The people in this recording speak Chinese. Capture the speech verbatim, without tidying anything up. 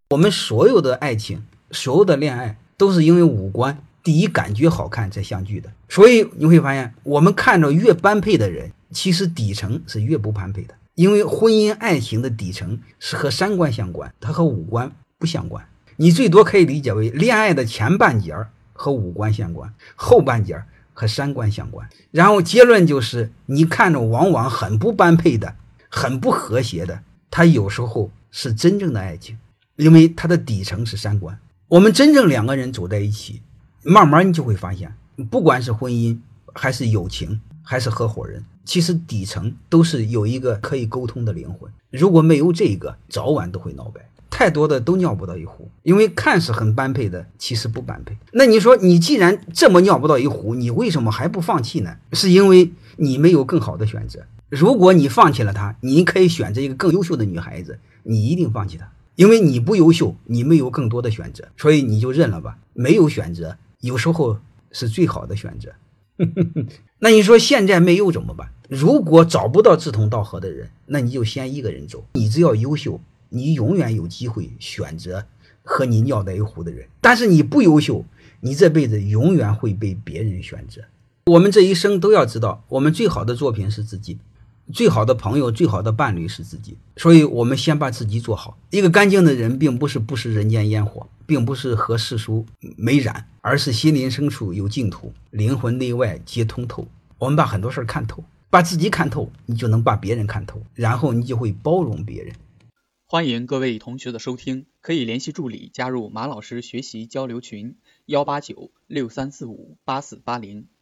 我们所有的爱情，所有的恋爱都是因为五官第一感觉好看才相聚的。所以你会发现，我们看着越般配的人，其实底层是越不般配的。因为婚姻爱情的底层是和三观相关，它和五官不相关。你最多可以理解为恋爱的前半截和五官相关，后半截和三观相关。然后结论就是，你看着往往很不般配的，很不和谐的，它有时候是真正的爱情，因为它的底层是三观。我们真正两个人走在一起，慢慢你就会发现，不管是婚姻还是友情还是合伙人，其实底层都是有一个可以沟通的灵魂。如果没有这个，早晚都会闹掰。太多的都尿不到一壶，因为看似很般配的，其实不般配。那你说，你既然这么尿不到一壶，你为什么还不放弃呢？是因为你没有更好的选择。如果你放弃了他，你可以选择一个更优秀的女孩子，你一定放弃她，因为你不优秀，你没有更多的选择，所以你就认了吧。没有选择，有时候是最好的选择。那你说现在没有怎么办？如果找不到志同道合的人，那你就先一个人走。你只要优秀，你永远有机会选择和你尿在一壶的人。但是你不优秀，你这辈子永远会被别人选择。我们这一生都要知道，我们最好的作品是自己，最好的朋友，最好的伴侣是自己。所以我们先把自己做好。一个干净的人并不是不食人间烟火，并不是和世俗没染，而是心灵深处有净土，灵魂内外皆通透。我们把很多事看透，把自己看透，你就能把别人看透，然后你就会包容别人。 欢迎各位同学的收听，可以联系助理加入马老师学习交流群幺八九六三四五八四八零。